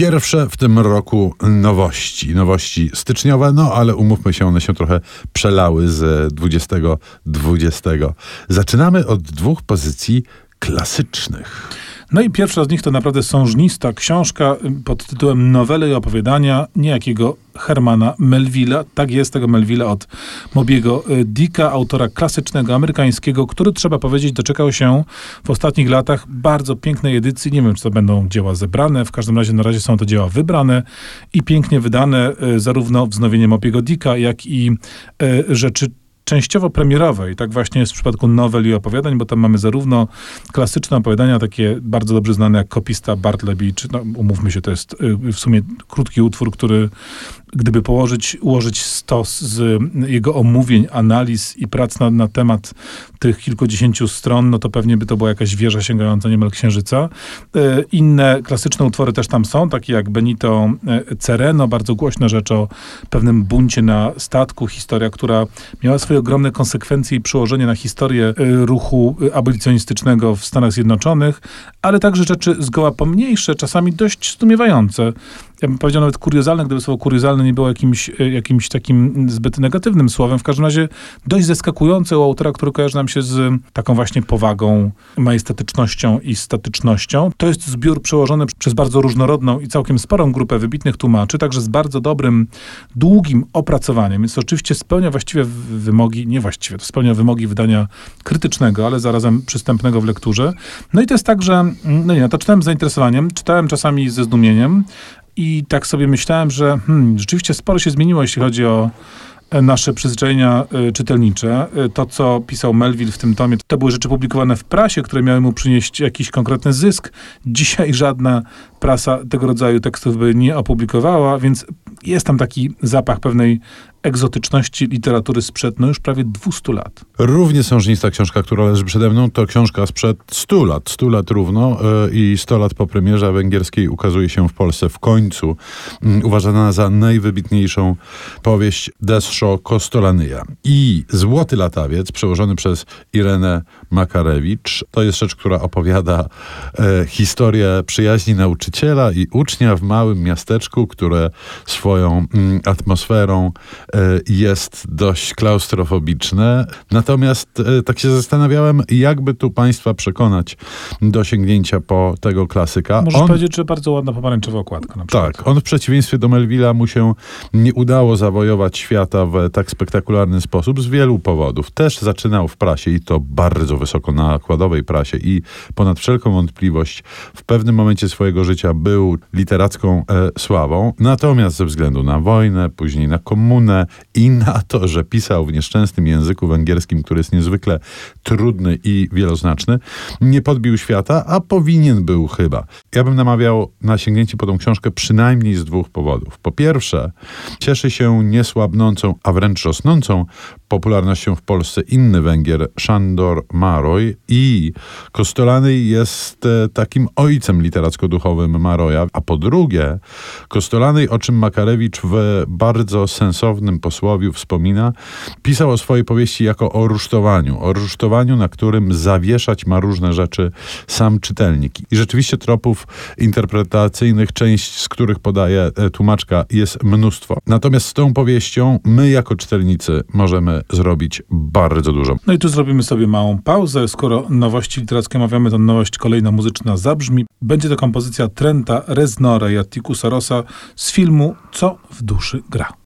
Pierwsze w tym roku nowości styczniowe, ale umówmy się, one się trochę przelały z 2020. Zaczynamy od dwóch pozycji klasycznych. No i pierwsza z nich to naprawdę sążnista książka pod tytułem Nowele i opowiadania niejakiego Hermana Melville'a. Tak jest, tego Melville'a od Mobiego Dicka, autora klasycznego amerykańskiego, który, trzeba powiedzieć, doczekał się w ostatnich latach bardzo pięknej edycji. Nie wiem, czy to będą dzieła zebrane, w każdym razie na razie są to dzieła wybrane i pięknie wydane, zarówno wznowienie Mobiego Dicka, jak i rzeczy częściowo premierowe. I tak właśnie jest w przypadku nowel i opowiadań, bo tam mamy zarówno klasyczne opowiadania, takie bardzo dobrze znane jak Kopista Bartleby, czy umówmy się, to jest w sumie krótki utwór, który gdyby ułożyć stos z jego omówień, analiz i prac na temat tych kilkudziesięciu stron, to pewnie by to była jakaś wieża sięgająca niemal księżyca. Inne klasyczne utwory też tam są, takie jak Benito Cereno, bardzo głośna rzecz o pewnym buncie na statku, historia, która miała swoje ogromne konsekwencje i przełożenie na historię ruchu abolicjonistycznego w Stanach Zjednoczonych, ale także rzeczy zgoła pomniejsze, czasami dość zdumiewające. Ja bym powiedział nawet kuriozalne, gdyby słowo kuriozalne nie było jakimś takim zbyt negatywnym słowem. W każdym razie dość zaskakujące u autora, który kojarzy nam się z taką właśnie powagą, majestatycznością i statycznością. To jest zbiór przełożony przez bardzo różnorodną i całkiem sporą grupę wybitnych tłumaczy, także z bardzo dobrym, długim opracowaniem. Więc to oczywiście spełnia właściwie to spełnia wymogi wydania krytycznego, ale zarazem przystępnego w lekturze. No i to jest tak, że to czytałem z zainteresowaniem, czytałem czasami ze zdumieniem, i tak sobie myślałem, że rzeczywiście sporo się zmieniło, jeśli chodzi o nasze przyzwyczajenia czytelnicze. To, co pisał Melville w tym tomie, to były rzeczy publikowane w prasie, które miały mu przynieść jakiś konkretny zysk. Dzisiaj żadna prasa tego rodzaju tekstów by nie opublikowała, więc jest tam taki zapach pewnej egzotyczności literatury sprzed już prawie 200 lat. Równie sążnista książka, która leży przede mną, to książka sprzed 100 lat. 100 lat równo i 100 lat po premierze węgierskiej ukazuje się w Polsce w końcu. Uważana za najwybitniejszą powieść Deszczo Kostolanyja. I Złoty latawiec, przełożony przez Irenę Makarewicz. To jest rzecz, która opowiada historię przyjaźni nauczyciela i ucznia w małym miasteczku, które swoją atmosferą jest dość klaustrofobiczne. Natomiast tak się zastanawiałem, jakby tu państwa przekonać do sięgnięcia po tego klasyka. Możesz powiedzieć, że bardzo ładna pomarańczowa okładka na przykład. Tak, on w przeciwieństwie do Melville'a mu się nie udało zawojować świata w tak spektakularny sposób z wielu powodów. Też zaczynał w prasie i to bardzo wysoko nakładowej prasie i ponad wszelką wątpliwość w pewnym momencie swojego życia był literacką sławą. Natomiast ze względu na wojnę, później na komunę i na to, że pisał w nieszczęsnym języku węgierskim, który jest niezwykle trudny i wieloznaczny, nie podbił świata, a powinien był chyba. Ja bym namawiał na sięgnięcie po tą książkę przynajmniej z dwóch powodów. Po pierwsze, cieszy się niesłabnącą, a wręcz rosnącą popularnością w Polsce inny Węgier, Sándor Márai, i Kostolanyj jest takim ojcem literacko-duchowym Máraja. A po drugie, Kostolanyj, o czym Makarewicz w bardzo sensownym posłowiu wspomina, pisał o swojej powieści jako o rusztowaniu, na którym zawieszać ma różne rzeczy sam czytelnik. I rzeczywiście tropów interpretacyjnych, część z których podaje tłumaczka, jest mnóstwo. Natomiast z tą powieścią my jako czytelnicy możemy zrobić bardzo dużo. No i tu zrobimy sobie małą pauzę. Skoro nowości literackie omawiamy, to nowość kolejna muzyczna zabrzmi. Będzie to kompozycja Trenta Reznora i Attikusa Rossa z filmu Co w duszy gra.